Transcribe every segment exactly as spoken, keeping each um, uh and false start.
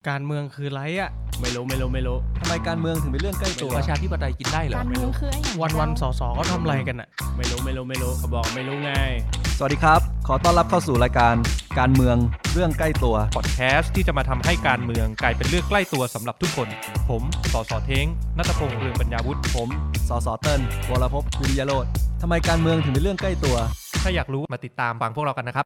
การเมืองคือไรอ่ะไม่รู้ไม่รู้ไม่รู้ทำไมการเมืองถึงเป็นเรื่องใกล้ตัวประชาธิปไตยกินได้เหรอการเมืองคือไอ้วันวันสสเขาทำอะไรกันอ่ะไม่รู้ไม่รู้ไม่รู้เขาบอกไม่รู้ไงสวัสดีครับขอต้อนรับเข้าสู่รายการการเมืองเรื่องใกล้ตัวพอดแคสต์ที่จะมาทำให้การเมืองกลายเป็นเรื่องใกล้ตัวสำหรับทุกคนผมสสเท้งณัฐพงษ์เรืองปัญญาวุฒิผมสสเติ้ลวรภพกุลยโรจน์ทำไมการเมืองถึงเป็นเรื่องใกล้ตัวถ้าอยากรู้มาติดตามฟังพวกเรากันนะครับ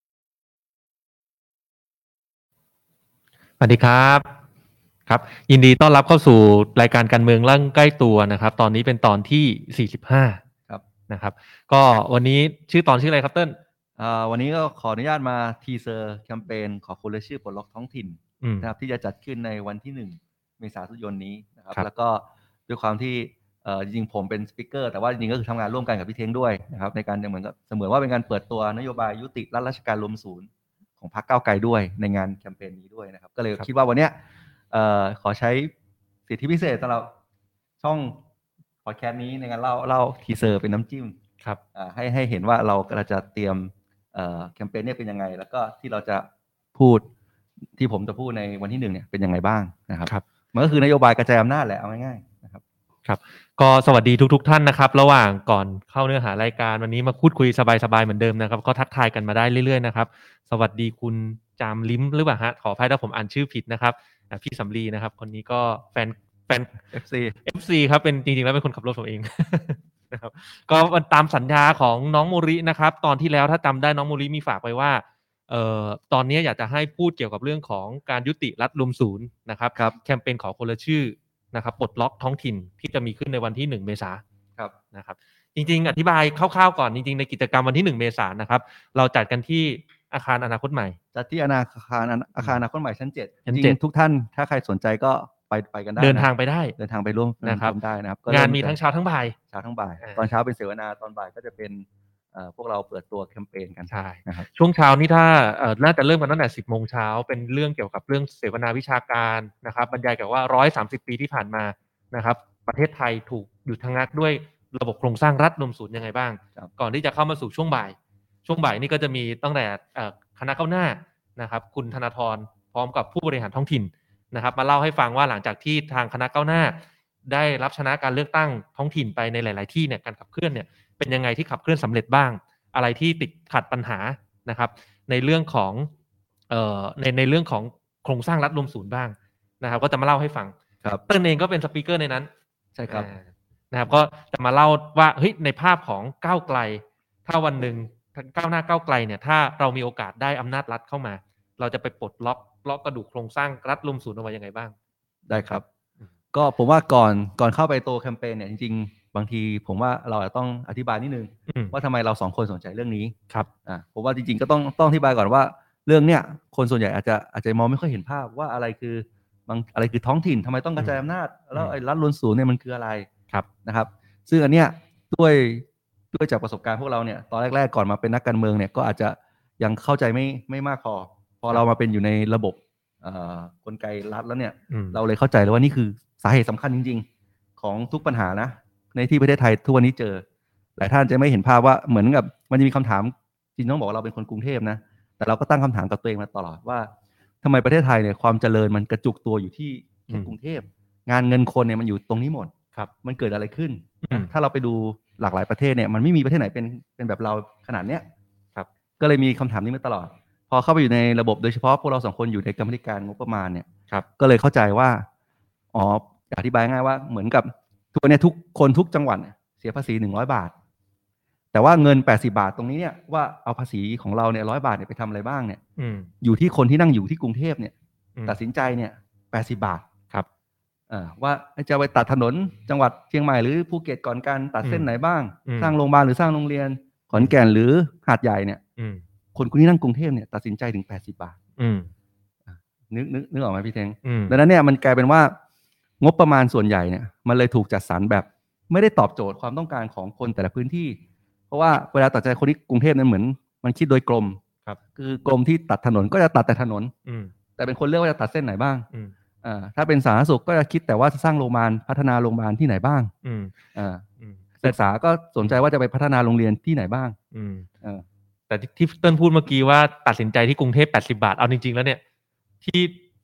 สวัสดีครับครับยินดีต้อนรับเข้าสู่รายการการเมืองเรื่องใกล้ตัวนะครับตอนนี้เป็นตอนที่สี่สิบห้าครับนะครับก็วันนี้ชื่อตอนชื่ออะไรครับเติ้ลอ่าวันนี้ก็ขออนุญาตมาทีเซอร์แคมเปญขอคนละชื่อปลดล็อกท้องถิ่นนะครับที่จะจัดขึ้นในวันที่หนึ่งเมษายนนี้นะครับแล้วก็ด้วยความที่เอ่อจริงๆผมเป็นสปีกเกอร์แต่ว่าจริงๆก็คือทำงานร่วมกันกับพี่เท้งด้วยนะครับในการเหมือนกับเสมือนว่าเป็นการเปิดตัวนโยบายยุติรัฐราชการรวมศูนย์ของพรรคก้าวไกลด้วยในงานแคมเปญนี้ด้วยนะครับก็เลยคิดว่าวันเนี้ยเอ่อขอใช้สิทธิพิเศษสำหรับช่องพอดแคสต์นี้ในการเล่าเล่าทีเซอร์เป็นน้ำจิ้มครับอ่าให้ให้เห็นว่าเราเราจะเตรียมเอ่อแคมเปญนี้เป็นยังไงแล้วก็ที่เราจะพูดที่ผมจะพูดในวันที่หนึ่งเนี่ยเป็นยังไงบ้างนะครับครับมันก็คือนโยบายกระจายอำนาจแหละเอาง่ายๆนะครับครับก็สวัสดีทุกๆท่านนะครับระหว่างก่อนเข้าเนื้อหารายการวันนี้มาพูดคุยสบายๆเหมือนเดิมนะครับก็ทักทายกันมาได้เรื่อยๆนะครับสวัสดีคุณจามลิ้มหรือเปล่าฮะขออภัยถ้าผมอ่านชื่อผิดนะครับพี่สำลีนะครับคนนี้ก็แฟนแฟนเอฟ ซีเอฟ ซี ครับเป็นจริงๆแล้วเป็นคนขับรถผมเอง นะครับก็ตามสัญญาของน้องโมรินะครับตอนที่แล้วถ้าจำได้น้องโมริมีฝากไว้ว่าเอ่อตอนนี้อยากจะให้พูดเกี่ยวกับเรื่องของการยุติรัฐรวมศูนย์นะครับแคมเปญขอคนละชื่อนะครับปลดล็อกท้องถิ่นที่จะมีขึ้นในวันที่หนึ่งเมษายนครับนะครับจริงๆอธิบายคร่าวๆก่อนจริงๆในกิจกรรมวันที่หนึ่งเมษายนนะครับเราจัดกันที่อาคารอนาคตใหม่จัดที่อาคารอาคารอนาคตใหม่ชั้นเจ็ดชั้นจเจ็ริดงๆทุกท่านถ้าใครสนใจก็ไปไปกันได้เดินทางไปได้เดินทางไปร่วมนะครับได้นะครับงานมีทั้งเช้าทั้งบ่ายเช้าทั้งบ่ายตอนเช้าเป็นเสวนาตอนบ่ายก็จะเป็นพวกเราเปิดตัวแคมเปญกันใช่นะครับช่วงเช้านี่ถ้าน่าจะเริ่มกันตั้งแต่สิบโมงเช้าเป็นเรื่องเกี่ยวกับเรื่องเสวนาวิชาการนะครับบรรยายเกี่ยวกับว่าหนึ่งร้อยสามสิบปีที่ผ่านมานะครับประเทศไทยถูกหยุดชะงักด้วยระบบโครงสร้างรัฐรวมศูนย์ยังไงบ้างก่อนที่จะเข้ามาสู่ช่วงบ่ายช่วงบ่ายนี่ก็จะมีตั้งแต่คณะก้าวหน้านะครับคุณธนาธรพร้อมกับผู้บริหารท้องถิ่นนะครับมาเล่าให้ฟังว่าหลังจากที่ทางคณะก้าวหน้าได้รับชนะการเลือกตั้งท้องถิ่นไปในหลายๆที่เนี่ยการขับเคลื่อนเนี่ยเป็นยังไงที่ขับเคลื่อนสำเร็จบ้างอะไรที่ติดขัดปัญหานะครับในเรื่องของเอ่อในในเรื่องของโครงสร้างรัฐรวมศูนย์บ้างนะครับก็จะมาเล่าให้ฟังครับเติ้ลเองก็เป็นสปีกเกอร์ในนั้นใช่ครับนะครับก็จะมาเล่าว่าเฮ้ยในภาพของก้าวไกลถ้าวันหนึ่งก้าวหน้าก้าวไกลเนี่ยถ้าเรามีโอกาสได้อำนาจรัฐเข้ามาเราจะไปปลดล็อกล็อกกระดูกโครงสร้างรัฐรวมศูนย์ออกมายังไงบ้างได้ครับก็ผมว่าก่อนก่อนเข้าไปตัวแคมเปญเนี่ยจริงๆบางทีผมว่าเราจะต้องอธิบายนิดนึงว่าทำไมเราสองคนสนใจเรื่องนี้ครับอ่าผมว่าจริงๆก็ต้องต้องอธิบายก่อนว่าเรื่องเนี้ยคนส่วนใหญ่อาจจะอาจจะมองไม่ค่อยเห็นภาพว่าอะไรคือบางอะไรคือท้องถิ่นทำไมต้องกระจายอำนาจแล้วไอ้รัฐรวมศูนย์เนี่ยมันคืออะไรครับนะครับซึ่งอันเนี้ยด้วยด้วยจากประสบการณ์พวกเราเนี่ยตอนแรกๆก่อนมาเป็นนักการเมืองเนี่ยก็อาจจะยังเข้าใจไม่ไม่มากพอพอเรามาเป็นอยู่ในระบบกลไกรัฐแล้วเนี่ยเราเลยเข้าใจเลยว่านี่คือสาเหตุสำคัญจริงๆของทุกปัญหานะในที่ประเทศไทยทุกวันนี้เจอหลายท่านจะไม่เห็นภาพว่าเหมือนกับมันจะมีคำถามจริงต้องบอกว่าเราเป็นคนกรุงเทพนะแต่เราก็ตั้งคำถามกับตัวเองมาตลอดว่าทำไมประเทศไทยเนี่ยความเจริญมันกระจุกตัวอยู่ที่กรุงเทพงานเงินคนเนี่ยมันอยู่ตรงนี้หมดครับมันเกิดอะไรขึ้นถ้าเราไปดูหลากหลายประเทศเนี่ยมันไม่มีประเทศไหนเป็นเป็นแบบเราขนาดเนี้ยครับก็เลยมีคำถามนี้มาตลอดพอเข้าไปอยู่ในระบบโดยเฉพาะพวกเราสองคนอยู่ในกรรมธิการงบประมาณเนี่ยก็เลยเข้าใจว่าอ๋ออธิบายง่ายว่าเหมือนกับทุกเนี่ยทุกคนทุกจังหวัดเสียภาษีหนึ่งร้อยบาทแต่ว่าเงินแปดสิบบาทตรงนี้เนี่ยว่าเอาภาษีของเราเนี่ยร้อยบาทเนี่ยไปทำอะไรบ้างเนี่ยอยู่ที่คนที่นั่งอยู่ที่กรุงเทพเนี่ยตัดสินใจเนี่ยแปดสิบบาทครับอ่าว่าจะไปตัดถนนจังหวัดเชียงใหม่หรือภูเก็ตก่อนกันตัดเส้นไหนบ้างสร้างโรงพยาบาลหรือสร้างโรงเรียนขอนแก่นหรือหาดใหญ่เนี่ยคนคนที่นั่งกรุงเทพเนี่ยตัดสินใจถึงแปดสิบบาทนึกนึกนึกออกไหมพี่เทงดังนั้นเนี่ยมันกลายเป็นว่างบประมาณส่วนใหญ่เนี่ยมันเลยถูกจัดสรรแบบไม่ได้ตอบโจทย์ความต้องการของคนแต่ละพื้นที่เพราะว่าเวลาตัดใจคนที่กรุงเทพนั้นเหมือนมันคิดโดยกรมครับคือกรมที่ตัดถนนก็จะตัดแต่ถนนแต่เป็นคนเลือกว่าจะตัดเส้นไหนบ้างอ่าถ้าเป็นสาธารณสุขก็จะคิดแต่ว่าจะสร้างโรงพยาบาลพัฒนาโรงพยาบาลที่ไหนบ้างอ่าศึกษาก็สนใจว่าจะไปพัฒนาโรงเรียนที่ไหนบ้างอ่าแต่ที่เติ้ลพูดเมื่อกี้ว่าตัดสินใจที่กรุงเทพแปดสิบบาทเอาจริงๆแล้วเนี่ยที่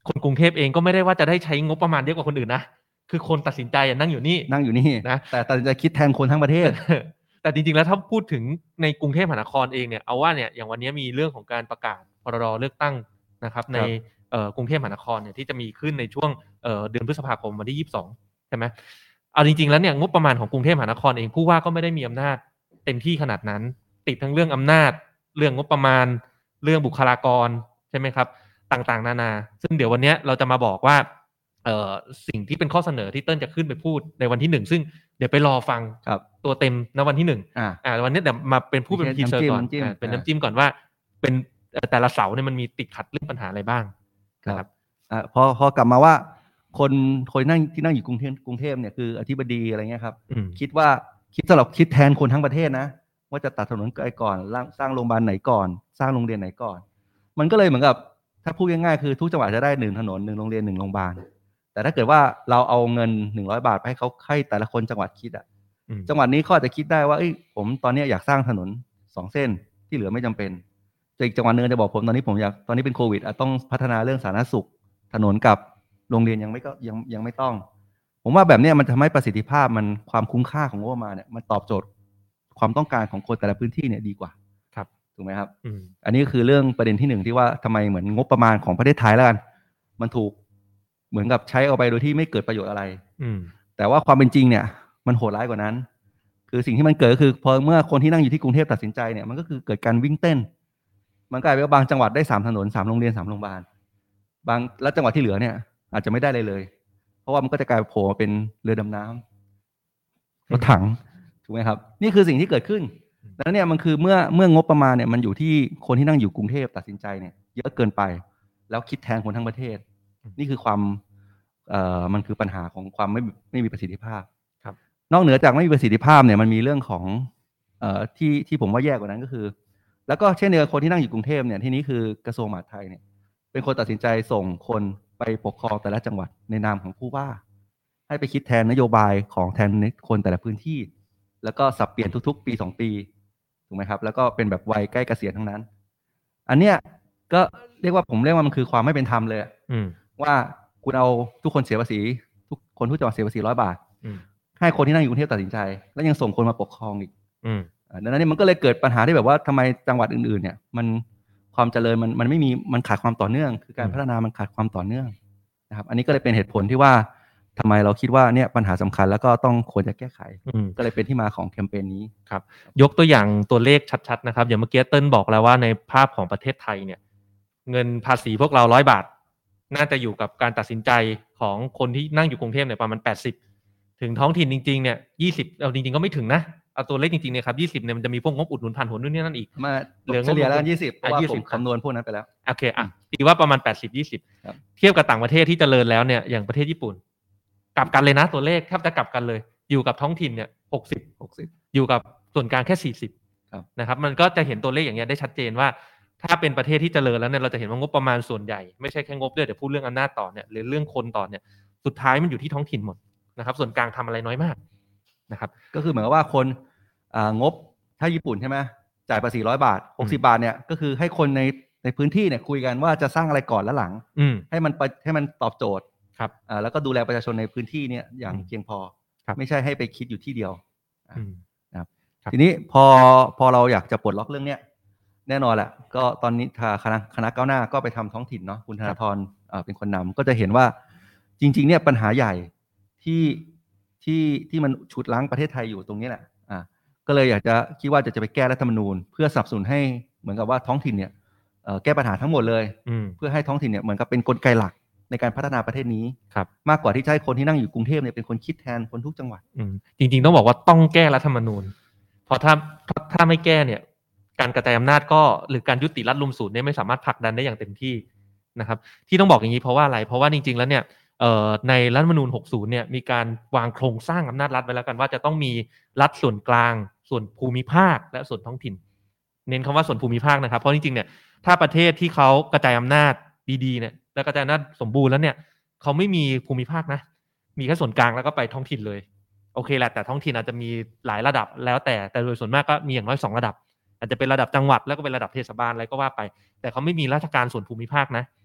คนกรุงเทพเองก็ไม่ได้ว่าจะได้ใช้งบประมาณเยอะกว่าคนอื่นนะคือคนตัดสินใจนั่งอยู่นี่นั่งอยู่นี่นะแต่ตัดสินใจคิดแทนคนทั้งประเทศแต่จริงๆแล้วถ้าพูดถึงในกรุงเทพมหานครเองเนี่ยเอาว่าเนี่ยอย่างวันนี้มีเรื่องของการประกาศพรบเลือกตั้งนะครับในกรุงเทพมหานครเนี่ยที่จะมีขึ้นในช่วงเดือนพฤษภาคมวันที่ยี่สิบสองใช่ไหมเอาจริงๆแล้วเนี่ยงบประมาณของกรุงเทพมหานครเองผู้ว่าก็ไม่ได้มีอำนาจเต็มที่ขนาดนั้นติดทั้งเรื่องอำนาจเรื่องงบประมาณเรื่องบุคลากรใช่ไหมครับต่างๆนานาซึ่งเดี๋ยววันนี้เราจะมาบอกว่าเอ่อสิ่งที่เป็นข้อเสนอที่เติ้ลจะขึ้นไปพูดในวันที่หนึ่งซึ่งเดี๋ยวไปรอฟังตัวเต็มในวันที่หนึ่งอ่าอ่าวันนี้เดี๋ยวมาเป็นผู้เป็นทีเซอร์ก่อนเป็นน้ำจิ้มก่อนว่าเป็นแต่ละเสาเนี่ยมันมีติดขัดเรื่องปัญหาอะไรบ้างนะครับอ่าพอพอกลับมาว่าคนคนนั่งที่นั่งอยู่กรุงเทพกรุงเทพเนี่ยคืออธิบดีอะไรเงี้ยครับคิดว่าคิดสำหรับคิดแทนคนทั้งประเทศนะว่าจะตัดถนนไกลก่อนสร้างโรงพยาบาลไหนก่อนสร้างโรงเรียนไหนก่อนมันก็เลยเหมือนกับถ้าพูดง่ายๆคือทุกจังหวัดจะได้หนึ่งถนนหนึ่งโรงเรียนหนึ่งโรงพยาบาลแต่ถ้าเกิดว่าเราเอาเงินหนึ่งร้อยบาทไปให้เขาให้แต่ละคนจังหวัดคิดอ่ะจังหวัดนี้เขาอาจจะคิดได้ว่าผมตอนนี้อยากสร้างถนนสองเส้นที่เหลือไม่จำเป็นอีกจังหวัดนึงจะบอกผมตอนนี้ผมอยากตอนนี้เป็นโควิดต้องพัฒนาเรื่องสาธารณสุขถนนกับโรงเรียนยังไม่ก็ยังยังไม่ต้องผมว่าแบบนี้มันทำให้ประสิทธิภาพมันความคุ้มค่าของงบประมาณเนี่ยมันตอบโจทย์ความต้องการของคนแต่ละพื้นที่เนี่ยดีกว่าครับถูกไหมครับอันนี้คือเรื่องประเด็นที่หนึ่งที่ว่าทำไมเหมือนงบประมาณของประเทศไทยแล้วกันมันถูกเหมือนกับใช้เอาไปโดยที่ไม่เกิดประโยชน์อะไรแต่ว่าความเป็นจริงเนี่ยมันโหดร้ายกว่านั้นคือสิ่งที่มันเกิดก็คือพอเมื่อคนที่นั่งอยู่ที่กรุงเทพตัดสินใจเนี่ยมันก็คือเกิดการวิ่งเต้นมันกลายเป็นว่าบางจังหวัดได้สามถนนสามโรงเรียนสามโรงพยาบาลบางแล้วจังหวัดที่เหลือเนี่ยอาจจะไม่ได้เลยเลยเพราะว่ามันก็จะกลายโผล่มาเป็นเรือดำน้ำรถถังถูกไหมครับนี่คือสิ่งที่เกิดขึ้นแล้วเนี่ยมันคือเมื่อเมื่องบประมาณเนี่ยมันอยู่ที่คนที่นั่งอยู่กรุงเทพตัดสินใจเนี่ยเยอะเกินไปแล้วคิดแทนคนทั้งประเทศนี่คือความเอ่อมันคือปัญหาของความไม่ไม่มีประสิทธิภาพครับนอกเหนือจากไม่มีประสิทธิภาพเนี่ยมันมีเรื่องของเอ่อที่ที่ผมว่าแย่กว่านั้นก็คือแล้วก็เช่นเดียวกับคนที่นั่งอยู่กรุงเทพเนี่ยที่นี้คือกระทรวงมหาดไทยเนี่ยเป็นคนตัดสินใจส่งคนไปปกครองแต่ละจังหวัดในนามของผู้ว่าให้ไปคิดแทนนโยบายของแทนคนแต่ละพื้นที่แล้วก็สับเปลี่ยนทุกๆปีสองปีถูกไหมครับแล้วก็เป็นแบบวัยใกล้เกษียณทั้งนั้นอันเนี้ยก็เรียกว่าผมเรียกว่ามันคือความไม่เป็นธรรมเลยว่าคุณเอาทุกคนเสียภาษีทุกคนทุกจังหวัดเสียภาษีร้อยบาทให้คนที่นั่งอยู่กรุงเทพตัดสินใจแล้วยังส่งคนมาปกครองอีกดังนั้นนี่มันก็เลยเกิดปัญหาที่แบบว่าทำไมจังหวัดอื่นๆเนี่ยมันความเจริญมันมันไม่มีมันขาดความต่อเนื่องคือการพัฒนามันขาดความต่อเนื่องนะครับอันนี้ก็เลยเป็นเหตุผลที่ว่าทำไมเราคิดว่าเนี่ยปัญหาสำคัญแล้วก็ต้องควรจะแก้ไขก็เลยเป็นที่มาของแคมเปญนี้ครับยกตัวอย่างตัวเลขชัดๆนะครับอย่างเมื่อกี้เติ้ลบอกแล้วว่าในภาพของประเทศไทยเนี่ยเงินภาษีพวกเราร้อยบาทน่าจะอยู่กับการตัดสินใจของคนที่นั่งอยู่กรุงเทพเนี่ยประมาณแปดสิบถึงท้องถิ่นจริงๆเนี่ยยี่สิบเอาจริงๆก็ไม่ถึงนะเอาตัวเลขจริงๆเนี่ยครับยี่สิบเนี่ยมันจะมีพวกงบอุดหนุนผ่านหัวนู่นนี่นั่นอีกมาเหลือเฉลี่ยแล้วยี่สิบเพราะว่าผมคำนวณพวกนั้นไปแล้วโอเคอ่ะตีว่าประมาณแปดสิบ ยี่สิบเทียบกับต่างประเทศที่เจริญแล้วเนี่ยอย่างประเทศญี่ปุ่นกลับกันเลยนะตัวเลขแทบจะกลับกันเลยอยู่กับท้องถิ่นเนี่ยหกสิบ หกสิบอยู่กับส่วนกลางแค่สี่สิบนะครับมันก็จะเห็นตัวเลขอย่างเงี้ยได้ชัดเจนว่าถ้าเป็นประเทศที่เจริญแล้วเนี่ยเราจะเห็นว่างบประมาณส่วนใหญ่ไม่ใช่แค่งบด้วยแต่พูดเรื่องอำนาจต่อเนี่ยหรือเรื่องคนต่อเนี่ยสุดท้ายมันอยู่ที่ท้องถิ่นหมดนะครับส่วนกลางทำอะไรน้อยมากนะครับก็คือเหมือนกับว่าคนงบถ้าญี่ปุ่นใช่ไหมจ่ายภาษีร้อยบาทหกสิบาทเนี่ยก็คือให้คนในในพื้นที่เนี่ยคุยกันว่าจะสร้างอะไรก่อนและหลังให้มันให้มันตอบโจทย์ครับแล้วก็ดูแลประชาชนในพื้นที่เนี่ยอย่างเพียงพอไม่ใช่ให้ไปคิดอยู่ที่เดียวนะครับทีนี้พอพอเราอยากจะปลดล็อกเรื่องเนี้ยแน่นอนแหละก็ตอนนี้ทางคณะคณะก้าวหน้าก็ไปทำท้องถิ่นเนาะคุณธนาธรเป็นคนนำก็จะเห็นว่าจริงๆเนี่ยปัญหาใหญ่ที่ที่ที่มันฉุดล้างประเทศไทยอยู่ตรงนี้แหละอ่าก็เลยอยากจะคิดว่าจะจะไปแก้รัฐธรรมนูญเพื่อสนับสนุนให้เหมือนกับว่าท้องถิ่นเนี่ยแก้ปัญหาทั้งหมดเลยเพื่อให้ท้องถิ่นเนี่ยเหมือนกับเป็นกลไกหลักในการพัฒนาประเทศนี้มากกว่าที่จะให้คนที่นั่งอยู่กรุงเทพเนี่ยเป็นคนคิดแทนคนทุกจังหวัดจริงๆต้องบอกว่าต้องแก้รัฐธรรมนูญเพราะถ้าถ้าไม่แก้เนี่ยการกระจายอำนาจก็หรือการยุติรัฐลุมสูตรเนี่ยไม่สามารถผลักดันได้อย่างเต็มที่นะครับที่ต้องบอกอย่างนี้เพราะว่าอะไรเพราะว่าจริงๆแล้วเนี่ยในรัฐธรรมนูญหกสิบเนี่ยมีการวางโครงสร้างอำนาจรัฐไว้แล้วกันว่าจะต้องมีรัฐส่วนกลางส่วนภูมิภาคและส่วนท้องถิ่นเน้นคำว่าส่วนภูมิภาคนะครับเพราะจริงๆเนี่ยถ้าประเทศที่เขากระจายอำนาจดีๆเนี่ยและกระจายอำนาจสมบูรณ์แล้วเนี่ยเขาไม่มีภูมิภาคนะมีแค่ส่วนกลางแล้วก็ไปท้องถิ่นเลยโอเคแหละแต่ท้องถิ่นอาจจะมีหลายระดับแล้วแต่แต่โดยส่วนมากก็มีอย่างน้อยสองระดับอาจจะเป็นระดับจังหวัดแล้วก็เป็นระดับเทศบาลอะไรก็ว่าไปแต่เขาไม่มีราชการส่วนภูมิภาคนะ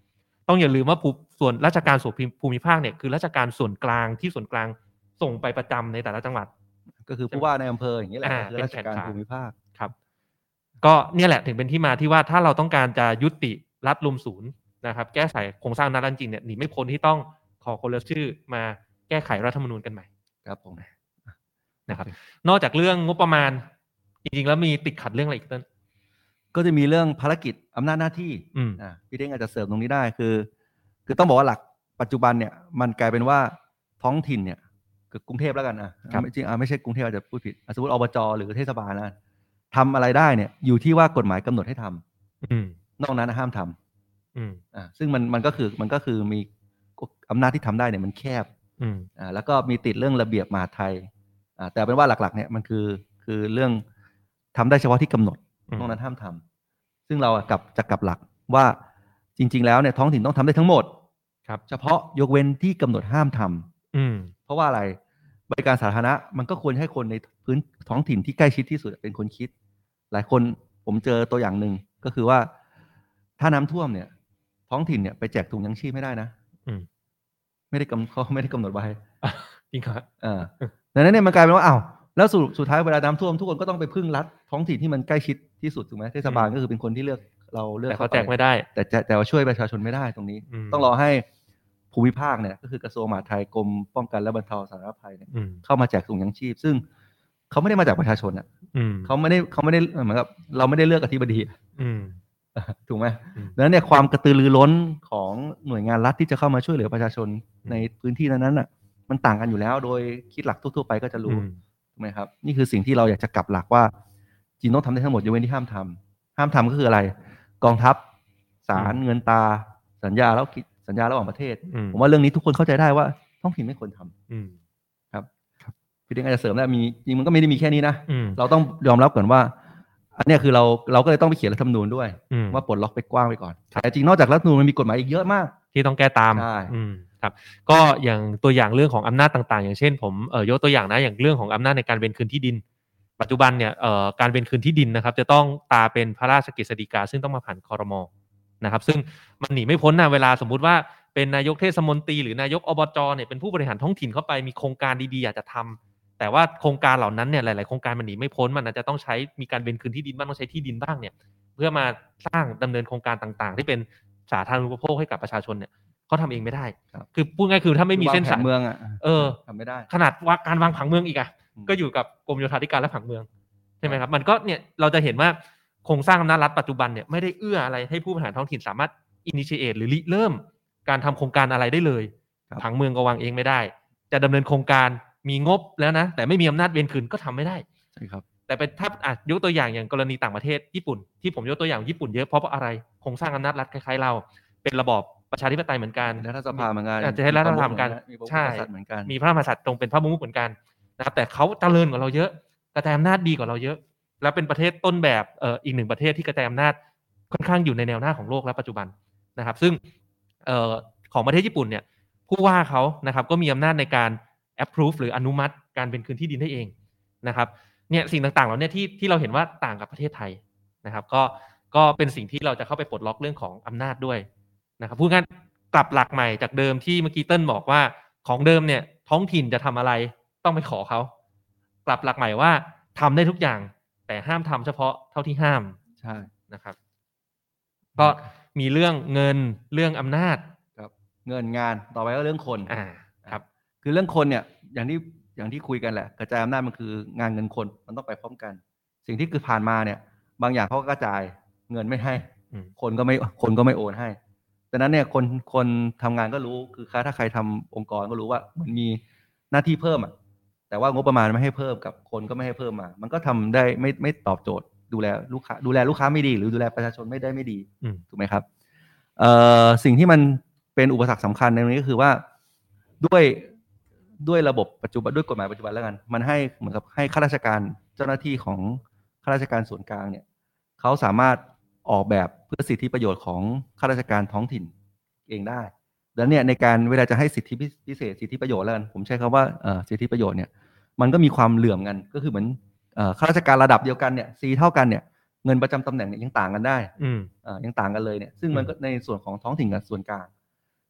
ต้องอย่าลืมว่าส่วนราชการส่วนภูมิภาคเนี่ยคือราชการส่วนกลางที่ส่วนกลางส่งไปประจำในแต่ละจังหวัดก็คือผู้ว่าในอำเภออย่างนี้แหละคือราชการภูมิภาคครับก็เนี่ยแหละถึงเป็นที่มาที่ว่าถ้าเราต้องการจะยุติรัฐรวมศูนย์นะครับแก้ไขโครงสร้างอำนาจรัฐจริงเนี่ยหนีไม่พ้นที่ต้องขอคนละชื่อมาแก้ไขรัฐธรรมนูญกันใหม่ครับผมนะครับนอกจากเรื่องงบประมาณจริงๆแล้วมีติดขัดเรื่องอะไรอีกต้นก็จะมีเรื่องภารกิจอำนาจหน้าที่อ่าพี่เด้งอาจจะเสริมตรงนี้ได้คือคือต้องบอกว่าหลักปัจจุบันเนี่ยมันกลายเป็นว่าท้องถิ่นเนี่ยคือกรุงเทพแล้วกันอ่ะจริงอ่ะไม่ใช่กรุงเทพอาจจะพูดผิดสมมติอบจหรือเทศบาลนะทำอะไรได้เนี่ยอยู่ที่ว่ากฎหมายกำหนดให้ทำนอกนั้นห้ามทำอ่าซึ่งมันมันก็คือมันก็คือมีอำนาจที่ทำได้เนี่ยมันแคบอ่าแล้วก็มีติดเรื่องระเบียบมหาดไทยอ่าแต่เป็นว่าหลักๆเนี่ยมันคือคือเรื่องทำได้เฉพาะที่กำหนดนอกนั้นห้ามทำซึ่งเรากลับจะกลับหลักว่าจริงๆแล้วเนี่ยท้องถิ่นต้องทำได้ทั้งหมดครับเฉพาะยกเว้นที่กำหนดห้ามทำเพราะว่าอะไรบริการสาธารณะมันก็ควรให้คนในพื้นท้องถิ่นที่ใกล้ชิดที่สุดเป็นคนคิดหลายคนผมเจอตัวอย่างหนึ่งก็คือว่าถ้าน้ำท่วมเนี่ยท้องถิ่นเนี่ยไปแจกถุงยังชีพไม่ได้นะไม่ได้กำเขาไม่ได้กำหนดไว้จริงครับอ่าดังนั้นเนี่ยมันกลายเป็นว่าอ้าวแล้วสุดสุดท้ายเวลาน้ำท่วมทุกคนก็ต้องไปพึ่งรัฐท้องถิ่นที่มันใกล้ชิดที่สุดถูกไหมเทศบาลก็คือเป็นคนที่เลือกเราเลือกแต่เขาแจกไม่ได้แต่แต่ว่าช่วยประชาชนไม่ได้ตรงนี้ต้องรอให้ภูมิภาคเนี่ยก็คือกระทรวงมหาดไทยกรมป้องกันและบรรเทาสาธารณภัยเนี่ยเข้ามาแจกถุงยังชีพซึ่งเขาไม่ได้มาจากประชาชนอ่ะเขาไม่ได้เขาไม่ได้เหมือนกับเราไม่ได้เลือกอธิบดีถูกไหมดังนั้นเนี่ยความกระตือรือร้นของหน่วยงานรัฐที่จะเข้ามาช่วยเหลือประชาชนในพื้นที่นั้นๆน่ะมันต่างกันอยู่แล้วโดยคิดหลักทั่วๆไปก็จะรู้ถูกไหมครับนี่คือสิ่งที่เราอยากจะกลับหลักว่าจีนต้องทำได้ทั้งหมดยกเว้นที่ห้ามทำห้ามทำก็คืออะไรกองทัพศาลเงินตาสัญญาแล้วสัญญาระหว่างประเทศผมว่าเรื่องนี้ทุกคนเข้าใจได้ว่าท้องถิ่นไม่ควรทำครับพี่เด้งอาจจะเสริมได้มีจริงมันก็ไม่ได้มีแค่นี้นะเราต้องยอมรับก่อนว่าอันนี้คือเราเราก็เลยต้องไปเขียนรัฐธรรมนูญด้วยว่าปลดล็อกไปกว้างไปก่อนแต่จริงนอกจากรัฐธรรมนูญมันมีกฎหมายอีกเยอะมากที่ต้องแก้ตามใช่ครับก็อย่างตัวอย่างเรื่องของอำนาจต่างๆอย่างเช่นผมเอ่อยกตัวอย่างนะอย่างเรื่องของอำนาจในการเว้นคืนที่ดินปัจจุบันเนี่ยเอ่อการเว้นคืนที่ดินนะครับจะต้องตาเป็นพระราชกฤษฎีกาซึ่งต้องมาผ่านครม.นะครับซึ่งมันหนีไม่พ้นนะเวลาสมมุติว่าเป็นนายกเทศมนตรีหรือนายกอบจเนี่ยเป็นผู้บริหารท้องถิ่นเข้าไปมีโครงการดีๆอยากจะทำแต่ว่าโครงการเหล่านั้นเนี่ยหลายๆโครงการมันหนีไม่พ้นมันอาจจะต้องใช้มีการเว้นคืนที่ดินบ้างต้องใช้ที่ดินบ้างเนี่ยเพื่อมาสร้างดำเนินโครงการต่างๆที่เป็นสาธารณูปโภคให้กับประชาชนเนี่ยเขาทำเองไม่ได้คือพูดง่ายคือถ้าไม่มีเส้นสายเมืองอ่ะเออทำไม่ได้ขนาดว่าการวางผังเมืองอีกอ่ะก็อยู่กับกรมโยธาธิการและผังเมืองใช่ไหมครับมันก็เนี่ยเราจะเห็นว่าโครงสร้างอำนาจรัฐปัจจุบันเนี่ยไม่ได้เอื้ออะไรให้ผู้บริหารท้องถิ่นสามารถ initiate หรือริเริ่มการทำโครงการอะไรได้เลยผังเมืองก็วางเองไม่ได้จะดำเนินโครงการมีงบแล้วนะแต่ไม่มีอำนาจเว้นคืนก็ทำไม่ได้ใช่ครับแต่เป็นถ้าอ่ะยกตัวอย่างอย่างกรณีต่างประเทศญี่ปุ่นที่ผมยกตัวอย่างญี่ปุ่นเยอะเพราะอะไรโครงสร้างอำนาจรัฐคล้ายๆเราเป็นระบอบประชาธิปไตยเหมือนกันรัฐสภาเหมือนกันจะให้รัฐสภาเหมือนกันใช่มีพระมหากษัตริย์ตรงเป็นพระมุขเหมือนกันนะครับแต่เขาเจริญกว่าเราเยอะกระจายอำนาจดีกว่าเราเยอะแล้วเป็นประเทศต้นแบบเอ่ออีกหนึ่งประเทศที่กระจายอำนาจค่อนข้างอยู่ในแนวหน้าของโลกและปัจจุบันนะครับซึ่งเอ่อของประเทศญี่ปุ่นเนี่ยผู้ว่าเขานะครับก็มีอำนาจในการ approve หรืออนุมัติการเป็นคืนที่ดินได้เองนะครับเนี่ยสิ่งต่างๆเหล่านี้ที่ที่เราเห็นว่าต่างกับประเทศไทยนะครับก็ก็เป็นสิ่งที่เราจะเข้าไปปลดล็อกเรื่องของอำนาจด้วยนะครับพูดง่ายกลับหลักใหม่จากเดิมที่เมื่อกี้เติ้ลบอกว่าของเดิมเนี่ยท้องถิ่นจะทำอะไรต้องไปขอเขากลับหลักใหม่ว่าทำได้ทุกอย่างแต่ห้ามทำเฉพาะเท่าที่ห้ามใช่นะครับก็มีเรื่องเงินเรื่องอำนาจครับเงินงานต่อไปก็เรื่องคนอ่าครับคือเรื่องคนเนี่ยอย่างที่อย่างที่คุยกันแหละกระจายอำนาจมันคืองานเงินคนมันต้องไปพร้อมกันสิ่งที่คือผ่านมาเนี่ยบางอย่างเขาก็กระจายเงินไม่ให้คนก็ไม่คนก็ไม่โอนให้ดังนั้นเนี่ยคนคนทำงานก็รู้คือถ้าใครทำองค์กรก็รู้ว่ามันมีหน้าที่เพิ่มอ่ะแต่ว่างบประมาณไม่ให้เพิ่มกับคนก็ไม่ให้เพิ่มมามันก็ทำได้ไม่ไม่ตอบโจทย์ดูแลลูกค้าดูแลลูกค้าไม่ดีหรือดูแลประชาชนไม่ได้ไม่ดีถูกไหมครับเอ่อสิ่งที่มันเป็นอุปสรรคสำคัญในนี้ก็คือว่าด้วยด้วยระบบปัจจุบันด้วยกฎหมายปัจจุบันแล้วกันมันให้เหมือนกับให้ข้าราชการเจ้าหน้าที่ของข้าราชการส่วนกลางเนี่ยเขาสามารถออกแบบเพื่อสิทธิประโยชน์ของข้าราชการท้องถิ่นเองได้แล้วเนี่ยในการเวลาจะให้สิทธิพิเศษสิทธิประโยชน์แล้วกันผมใช้คำว่าสิทธิประโยชน์เนี่ยมันก็มีความเหลื่อมกันก็คือเหมือนข้าราชการระดับเดียวกันเนี่ยซีเท่ากันเนี่ยเงินประจำตำแหน่งเนี่ยยังต่างกันได้ยังต่างกันเลยเนี่ยซึ่งมันก็ในส่วนของท้องถิ่นกับส่วนกลาง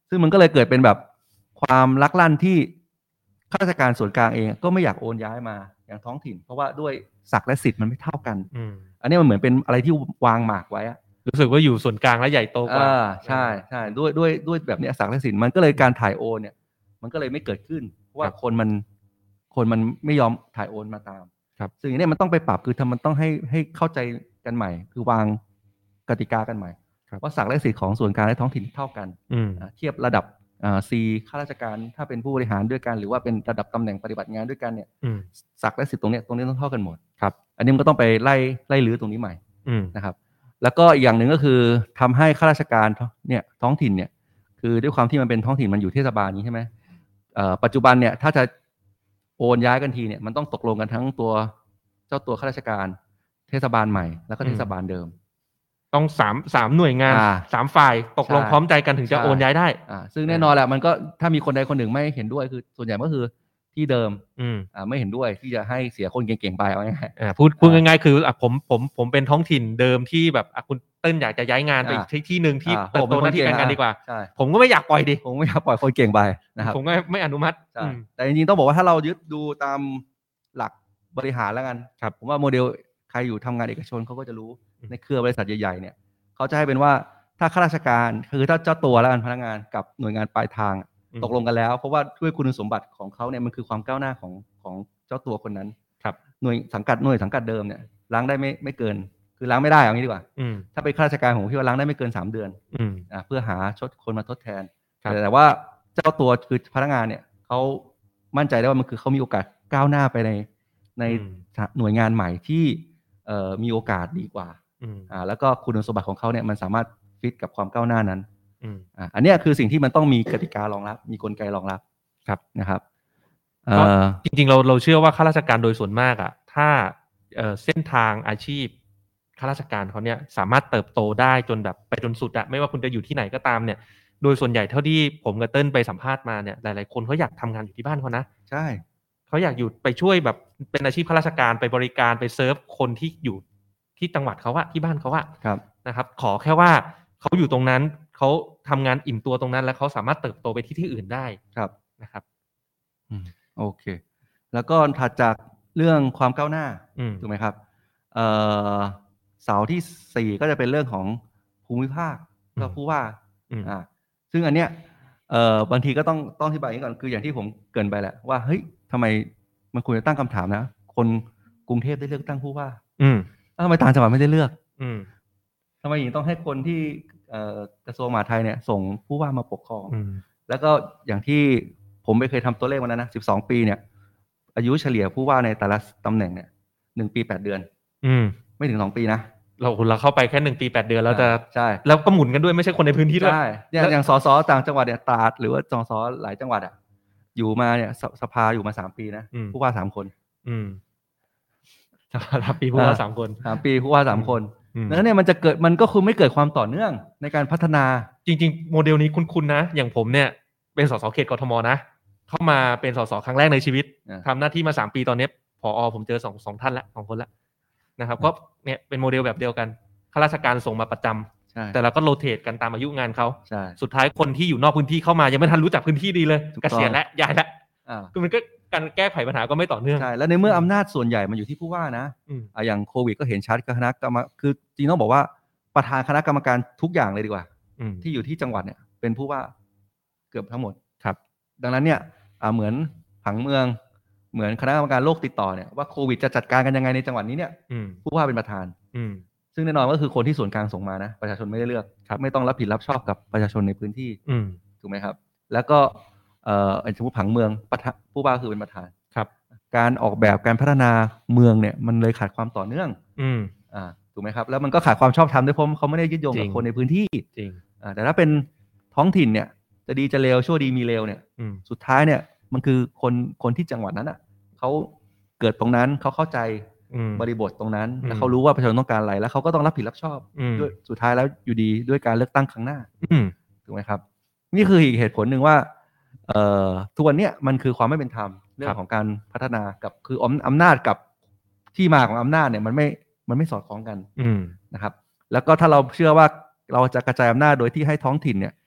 ซึ่งมันก็เลยเกิดเป็นแบบความลักลั่นที่ข้าราชการส่วนกลางเองก็ไม่อยากโอนย้ายมาอย่างท้องถิ่นเพราะว่าด้วยศักดิ์และสิทธิ์มันไม่เท่ากันอันนี้มันเหมือนเป็นอะไรที่วางหมากไว้อะรู้สึกว่าอยู่ส่วนกลางและใหญ่โตกว่าใช่ใช่ด้วยด้วยด้วยแบบนี้ศักดิ์และสิทธิ์มันก็เลยการถ่ายโอนเนี่ยมันก็เลยไม่เกิดขึ้นเพราะว่าคนมันคนมันไม่ยอมถ่ายโอนมาตามซึ่งอย่างนี้มันต้องไปปรับคือทำมันต้องให้ให้เข้าใจกันใหม่คือวางกติกากันใหม่ว่าศักดิ์และสิทธิ์ของส่วนกลางและท้องถิ่นเท่ากันเทียบระดับซีข้าราชการถ้าเป็นผู้บริหารด้วยกันหรือว่าเป็นระดับตำแหน่งปฏิบัติงานด้วยกันเนี่ยศักดิ์และสิทธิ์ตรงนี้ตรงนี้ต้องเท่ากันหมดครับอันนี้มันก็ต้องไปไล่ไล่ลื้อตรงนี้ใหม่นะครับแล้วก็อีกอย่างหนึ่งก็คือทำให้ข้าราชการเนี่ยท้องถิ่นเนี่ยคือด้วยความที่มันเป็นท้องถิ่นมันอยู่เทศบาลนี้ใช่ไหมปัจจุบันเนี่ยถ้าจะโอนย้ายกันทีเนี่ยมันต้องตกลงกันทั้งตัวเจ้าตัวข้าราชการเทศบาลใหม่แล้วก็เทศบาลเดิมต้องสามสามหน่วยงานสามฝ่ายตกลงพร้อมใจกันถึงจะโอนย้ายได้อ่าซึ่งแน่นอนแหละมันก็ถ้ามีคนใดคนหนึ่งไม่เห็นด้วยคือส่วนใหญ่ก็คือที่เดิมอ่าไม่เห็นด้วยที่จะให้เสียคนเก่งๆไปเอาง่ายๆพูดพูดง่ายๆคืออ่ะผมผมผมเป็นท้องถิ่นเดิมที่แบบอ่ะคุณเติ้ลอยากจะย้ายงานไปที่ที่นึงที่เติบโตหน้าที่การงานดีกว่าผมก็ไม่อยากปล่อยดิผมไม่อยากปล่อยคนเก่งไปนะครับผมก็ไม่อนุมัติแต่จริงๆต้องบอกว่าถ้าเรายึดดูตามหลักบริหารแล้วกันผมว่าโมเดลใครอยู่ทำงานเอกชนเขาก็จะรู้ในเครือบริษัทใหญ่ๆเนี่ยเขาจะให้เป็นว่าถ้าข้าราชการคือถ้าเจ้าตัวแล้วกันพนักงานกับหน่วยงานปลายทางตกลงกันแล้วเพราะว่าด้วยคุณสมบัติของเขาเนี่ยมันคือความก้าวหน้าของของเจ้าตัวคนนั้นครับหน่วยสังกัดหน่วยสังกัดเดิมเนี่ยล้างได้ไม่ไม่เกินคือล้างไม่ได้เอางี้ดีกว่าถ้าเป็นข้าราชการของพี่ว่าล้างได้ไม่เกินสามเดือนอ่าเพื่อหาชดคนมาทดแทนแต่ว่าเจ้าตัวคือพนักงานเนี่ยเขามั่นใจได้ว่ามันคือเขามีโอกาสก้าวหน้าไปในในหน่วยงานใหม่ที่เอ่อมีโอกาสดีกว่าอ่าแล้วก็คุณสมบัติของเขาเนี่ยมันสามารถฟิตกับความก้าวหน้านั้นอ่าอันนี้คือสิ่งที่มันต้องมีกติการองรับมีกลไกรองรับครับนะครับเอ่อจริงๆเราเราเชื่อว่าข้าราชการโดยส่วนมากอ่ะถ้าเอ่อเส้นทางอาชีพข้าราชการเขาเนี่ยสามารถเติบโตได้จนแบบไปจนสุดอะไม่ว่าคุณจะอยู่ที่ไหนก็ตามเนี่ยโดยส่วนใหญ่เท่าที่ผมกับเติ้ลไปสัมภาษณ์มาเนี่ยหลายๆคนเขาอยากทำงานอยู่ที่บ้านเขานะใช่เขาอยากอยู่ไปช่วยแบบเป็นอาชีพข้าราชการไปบริการไปเซิร์ฟคนที่อยู่ที่จังหวัดเขาอะที่บ้านเขาอะนะครับขอแค่ว่าเขาอยู่ตรงนั้นเขาทำงานอิ่มตัวตรงนั้นแล้วเขาสามารถเติบโตไปที่ที่อื่นได้ครับนะครับอืมโอเคแล้วก็ถัดจากเรื่องความก้าวหน้าถูกไหมครับเอ่อเสาที่สี่ก็จะเป็นเรื่องของภูมิภาคก็ผู้ว่าอ่าซึ่งอันเนี้ยเอ่อบางทีก็ต้องต้องอธิบายอย่างนี้ก่อนคืออย่างที่ผมเกริ่นไปแหละว่าเฮ้ยทำไมมันควรจะตั้งคำถามนะคนกรุงเทพได้เลือกตั้งผู้ว่าอืมแล้วทำไมต่างจังหวัดไม่ได้เลือกอืมทำไมถึงต้องให้คนที่กระทรวงมหาดไทยเนี่ยส่งผู้ว่ามาปกครองแล้วก็อย่างที่ผมไปเคยทำตัวเลขวันนั้นนะสิบสองปีเนี่ยอายุเฉลี่ยผู้ว่าในแต่ละตำแหน่งเนี่ยหนึ่งปีแปดเดือนอืมไม่ถึงสองปีนะเราเราเข้าไปแค่หนึ่งปีแปดเดือนแล้วจะใช่แล้วก็หมุนกันด้วยไม่ใช่คนในพื้นที่ด้วยใช่อย่างอย่างสสต่างจังหวัดเนี่ยตราดหรือว่าสสหลายจังหวัดอ่ะอยู่มาเนี่ยสภาอยู่มาสามปีนะผู้ว่าสามคนอืมสภาสามปีผู้ว่าสามคนสามปีผู้ว่าสามคนแล้วเนี่ยมันจะเกิดมันก็คือไม่เกิดความต่อเนื่องในการพัฒนาจริงๆโมเดลนี้คุ้นๆนะอย่างผมเนี่ยเป็นสสเขตกทมนะเข้ามาเป็นสสครั้งแรกในชีวิตทำหน้าที่มาสามปีตอนนี้ผอผมเจอสองสองท่านละสองคนละนะครับก็เนี่ยเป็นโมเดลแบบเดียวกันข้าราชการส่งมาประจำแต่เราก็โรเตทกันตามอายุงานเขาสุดท้ายคนที่อยู่นอกพื้นที่เข้ามายังไม่ทันรู้จักพื้นที่ดีเลยเกษียณแล้วย้ายแล้วคือมันก็การแก้ไขปัญหาก็ไม่ต่อเนื่องใช่แล้วในเมื่ออำนาจส่วนใหญ่มันอยู่ที่ผู้ว่านะอ่าอย่างโควิดก็เห็นชัดคณะกรรมคือจริงต้องบอกว่าประธานคณะกรรมการทุกอย่างเลยดีกว่าที่อยู่ที่จังหวัดเนี่ยเป็นผู้ว่าเกือบทั้งหมดครับดังนั้นเนี่ยอ่าเหมือนผังเมืองเหมือนคณะกรรมการโรคติดต่อเนี่ยว่าโควิดจะจัดการกันยังไงในจังหวัดนี้เนี่ยผู้ว่าเป็นประธานซึ่งแน่นอนก็คือคนที่ส่วนกลางส่งมานะประชาชนไม่ได้เลือกไม่ต้องรับผิดรับชอบกับประชาชนในพื้นที่ถูกไหมครับแล้วก็เอ่อสมมติผังเมืองผู้ว่าคือเป็นประธานครับการออกแบบการพัฒนาเมืองเนี่ยมันเลยขาดความต่อเนื่องอืมอ่าถูกไหมครับแล้วมันก็ขาดความชอบธรรมด้วยเพราะเขาไม่ได้ยึดโยงกับคนในพื้นที่จริงอ่าแต่ถ้าเป็นท้องถิ่นเนี่ยจะดีจะเลวชั่วดีมีเลวเนี่ยสุดท้ายเนี่ยมันคือคนคนที่จังหวัดนั้นอ่ะเขาเกิดตรงนั้นเขาเข้าใจบริบทตรงนั้นแล้วเขารู้ว่าประชาชนต้องการอะไรแล้วเขาก็ต้องรับผิดรับชอบด้วยสุดท้ายแล้วอยู่ดีด้วยการเลือกตั้งครั้งหน้าถูกไหมครับนี่คืออีกเหตุผลหนึ่งว่าเอ่อทุกวันเนี้ยมันคือความไม่เป็นธรรมเรื่องของการพัฒนากับคืออำนาจกับที่มาของอำนาจเนี่ยมันไม่มันไม่สอดคล้องกันนะครับแล้วก็ถ้าเราเชื่อว่าเราจะกระจายอำนาจโดยที่ให้ท้องถิ่นเนี่ยผ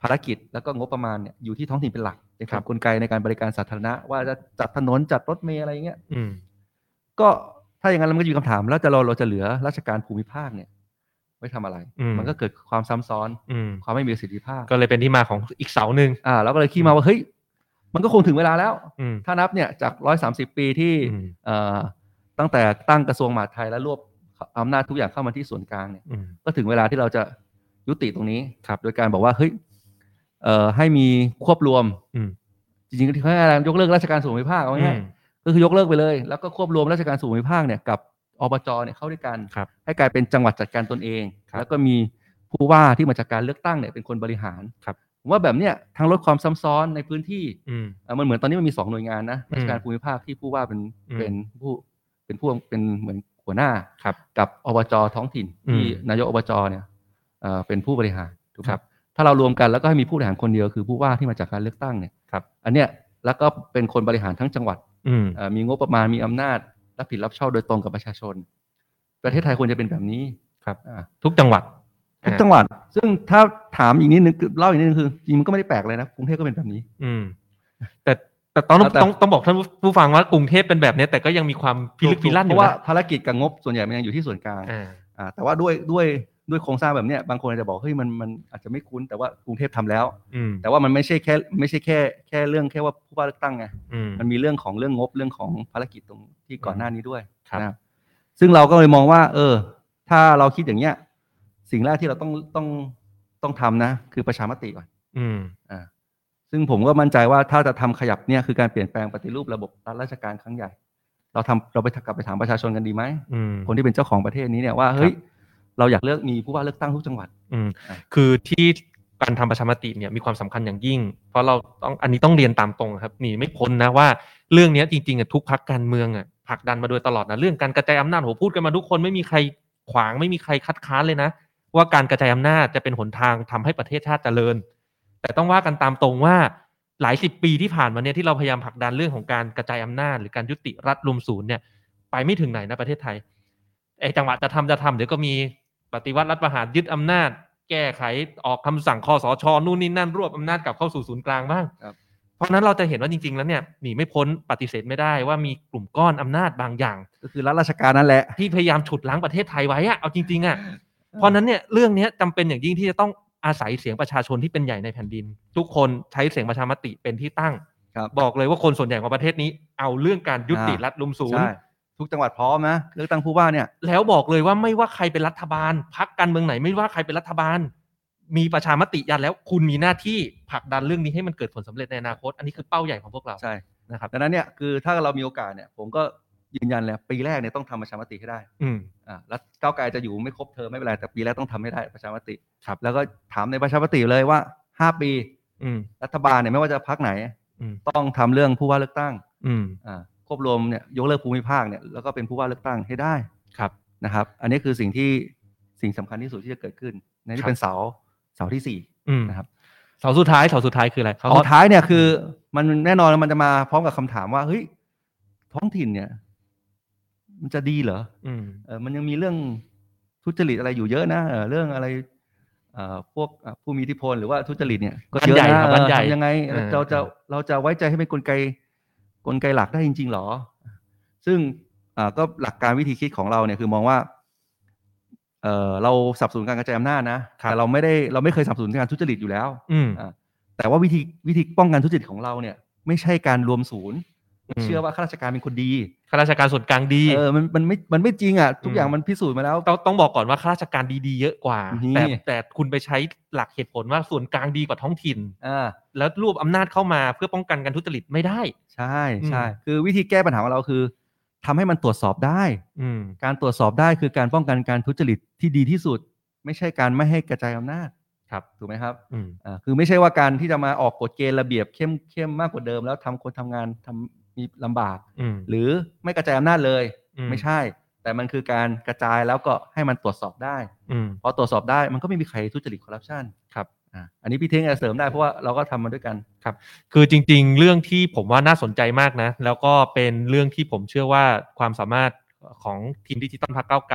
ภารกิจแล้วก็งบประมาณเนี่ยอยู่ที่ท้องถิ่นเป็นหลักในการกลไกในการบริการสาธารณะว่าจะจัดถนนจัดรถเมล์อะไรเงี้ยก็ถ้าอย่างนั้นมันก็อยู่คำถามแล้วจะเราเราจะเหลือราชการภูมิภาคเนี่ยไว้ทำอะไรมันก็เกิดความซ้ำซ้อนความไม่มีประสิทธิภาพก็เลยเป็นที่มาของอีกเสาหนึ่งอ่าแล้วก็เลยคิดมาว่าเฮ้ยมันก็คงถึงเวลาแล้วถ้านับเนี่ยจากหนึ่งร้อยสามสิบปีที่เอ่อตั้งแต่ตั้งกระทรวงมหาดไทยแล้วรวบอำนาจทุกอย่างเข้ามาที่ส่วนกลางเนี่ยก็ถึงเวลาที่เราจะยุติตรงนี้โดยการบอกว่าเฮ้ยเอ่อให้มีควบรวมจริงๆที่เขาให้ยกเลิกราชการส่วนภูมิภาคเอาง่ายๆก็คือยกเลิกไปเลยแล้วก็ควบรวมราชการส่วนภูมิภาคเนี่ยกับอบจเนี่ยเข้าด้วยกันให้กลายเป็นจังหวัดจัดการตนเองแล้วก็มีผู้ว่าที่มาจากการเลือกตั้งเนี่ยเป็นคนบริหารผมว่าแบบเนี้ยทางลดความซ้ำซ้อนในพื้นที่มันเหมือนตอนนี้มันมีสองหน่วยงานนะราชการภูมิภาคที่ผู้ว่าเป็นเป็นผู้เป็นผู้เป็นเหมือนหัวหน้ากับอบจท้องถิ่นที่นายกอบจเนี่ยเป็นผู้บริหารถูกครับถ้าเรารวมกันแล้วก็ให้มีผู้บริหารคนเดียวคือผู้ว่าที่มาจากการเลือกตั้งเนี่ยอันเนี้ยแล้วก็เป็นคนบริหารทั้งจังหวัดมีงบประมาณมีอำนาจรับผิดรับชอบโดยตรงกับประชาชนประเทศไทยควรจะเป็นแบบนี้ครับทุกจังหวัดทุกจังหวัดซึ่งถ้าถามอีกนิดนึงเล่าอีกนิดนึงคือจริงมันก็ไม่ได้แปลกเลยนะกรุงเทพก็เป็นแบบนี้อืมแต่แต่ต้องต้องต้องบอกท่านผู้ฟังว่ากรุงเทพเป็นแบบนี้แต่ก็ยังมีความพิลึกพิลั่นอยู่นะเพราะว่าภารกิจกับงบส่วนใหญ่มันยังอยู่ที่ส่วนกลางอ่าแต่ว่าด้วยด้วยด้วยโครงสร้างแบบเนี้ยบางคนอาจจะบอกเฮ้ยมันมันอาจจะไม่คุ้นแต่ว่ากรุงเทพทำแล้วแต่ว่ามันไม่ใช่แค่ไม่ใช่แค่แค่เรื่องแค่ว่าผู้ว่าเลือกตั้งไงมันมีเรื่องของเรื่องงบเรื่องของภารกิจตรงที่ก่อนหน้านี้ด้วยนะซึ่งเราก็เลยมองว่าเออถ้าเราคิดอย่างเงี้ยสิ่งแรกที่เราต้องต้องต้องทำนะคือประชามติก่อนอ่าซึ่งผมก็มั่นใจว่าถ้าจะทำขยับเนี่ยคือการเปลี่ยนแปลงปฏิรูประบบรัฐราชการครั้งใหญ่เราทำเราไปกลับไปถามประชาชนกันดีไหมคนที่เป็นเจ้าของประเทศนี้เนี่ยว่าเฮ้ยเราอยากเลือกมีผู้ว่าเลือกตั้งทุกจังหวัดคือที่การทำประชามติเนี่ยมีความสำคัญอย่างยิ่งเพราะเราต้องอันนี้ต้องเรียนตามตรงครับหนีไม่พ้นนะว่าเรื่องนี้จริงๆทุกพรรคการเมืองอ่ะผลักดันมาโดยตลอดนะเรื่องการกระจายอำนาจโหพูดกันมาทุกคนไม่มีใครขวางไม่มีใครคัดค้านเลยนะว่าการกระจายอำนาจจะเป็นหนทางทำให้ประเทศชาติเจริญแต่ต้องว่ากันตามตรงว่าหลายสิบปีที่ผ่านมาเนี่ยที่เราพยายามผลักดันเรื่องของการกระจายอำนาจหรือการยุติรัฐรวมศูนย์เนี่ยไปไม่ถึงไหนนะประเทศไทยไอ้จังหวะจะทำจะทำเดี๋ยวก็มีปฏิวัติรัฐประหารยึดอำนาจแก้ไขออกคำสั่งคสช.นู่นนี่นั่นรวบอำนาจกลับเข้าสู่ศูนย์กลางบ้างเพราะนั้นเราจะเห็นว่าจริงๆแล้วเนี่ยหนีไม่พ้นปฏิเสธไม่ได้ว่ามีกลุ่มก้อนอำนาจบางอย่างก็คือรัฐราชการนั่นแหละที่พยายามฉุดล้างประเทศไทยไว้อะเอาจริงๆอะเพราะนั้นเนี่ยเรื่องนี้จำเป็นอย่างยิ่งที่จะต้องอาศัยเสียงประชาชนที่เป็นใหญ่ในแผ่นดินทุกคนใช้เสียงประชามติเป็นที่ตั้งบอกเลยว่าคนส่วนใหญ่ของประเทศนี้เอาเรื่องการยุติรัฐรวมศูนย์ทุกจังหวัดพร้อมนะเลือกตั้งผู้ว่าเนี่ยแล้วบอกเลยว่าไม่ว่าใครเป็นรัฐบาลพรรคการเมืองไหนไม่ว่าใครเป็นรัฐบาลมีประชามติยันแล้วคุณมีหน้าที่ผลักดันเรื่องนี้ให้มันเกิดผลสำเร็จในอนาคตอันนี้คือเป้าใหญ่ของพวกเราใช่นะครับดังนั้นเนี่ยคือถ้าเรามีโอกาสเนี่ยผมก็ยืนยันเลยปีแรกเนี่ยต้องทำประชามติให้ได้อืมอ่าแล้วก้าวไกลจะอยู่ไม่ครบเทอมไม่เป็นไรแต่ปีแรกต้องทำให้ได้ประชามติครับแล้วก็ถามในประชามติเลยว่าห้าปีอืมรัฐบาลเนี่ยไม่ว่าจะพรรคไหนต้องทำเรื่องผู้ว่าเลือกตั้งอืมอ่าควบรวมเนี่ยยกเลิกภูมิภาคเนี่ยแล้วก็เป็นผู้ว่าเลือกตั้งให้ได้ครับนะครับอันนี้คือสิ่งที่สิ่งสำคัญที่สุดที่จะเกิดขึ้นในที่เป็นเสาเสาที่สี่นะครับเสาสุดท้ายเสาสุดท้ายคืออะไรเสาสุดท้ายเนี่ยคือมันแน่นอนมันจะมาพร้อมกับคำถามว่าเฮ้ยท้องถิ่นเนี่ยมันจะดีเหรอเออมันยังมีเรื่องทุจริตอะไรอยู่เยอะนะเออเรื่องอะไรเอ่อพวกผู้มีอิทธิพลหรือว่าทุจริตเนี่ยก็เยอะนะทำยังไงเราจะเราจะไว้ใจให้เป็นกลไกกลไกหลักได้จริงๆหรอซึ่งอ่าก็หลักการวิธีคิดของเราเนี่ยคือมองว่าเอ่อเราสนับสนุนการกระจายอำนาจนะแต่เราไม่ได้เราไม่เคยสนับสนุนการทุจริตอยู่แล้วอ่าแต่ว่าวิธีวิธีป้องกันทุจริตของเราเนี่ยไม่ใช่การรวมศูนย์เชื่อว่าข้าราชการเป็นคนดีข้าราชการส่วนกลางดีเออมันมันไม่มันไม่จริงอ่ะทุกอย่างมันพิสูจน์มาแล้วต้องต้องบอกก่อนว่าข้าราชการดีๆเยอะกว่าแต่แต่คุณไปใช้หลักเหตุผลว่าส่วนกลางดีกว่าท้องถิ่นอ่าแล้วรวบอำนาจเข้ามาเพื่อป้องกันการทุจริตไม่ได้ใช่ใช่คือวิธีแก้ปัญหาของเราคือทำให้มันตรวจสอบได้การตรวจสอบได้คือการป้องกันการทุจริตที่ดีที่สุดไม่ใช่การไม่ให้กระจายอำนาจครับถูกไหมครับอ่าคือไม่ใช่ว่าการที่จะมาออกกฎเกณฑ์ระเบียบเข้มเข้มมากกว่าเดิมแล้วทำคนทำงานทำมีลำบากหรือไม่กระจายอำนาจเลยไม่ใช่แต่มันคือการกระจายแล้วก็ให้มันตรวจสอบได้พอตรวจสอบได้มันก็ไม่มีใครทุจริตคอร์รัปชันครับอ่าอันนี้พี่เท้งจะเสริมได้เพราะว่าเราก็ทำมาด้วยกันครับคือจริงๆเรื่องที่ผมว่าน่าสนใจมากนะแล้วก็เป็นเรื่องที่ผมเชื่อว่าความสามารถของทีมดิจิตอลพรรคก้าวไกล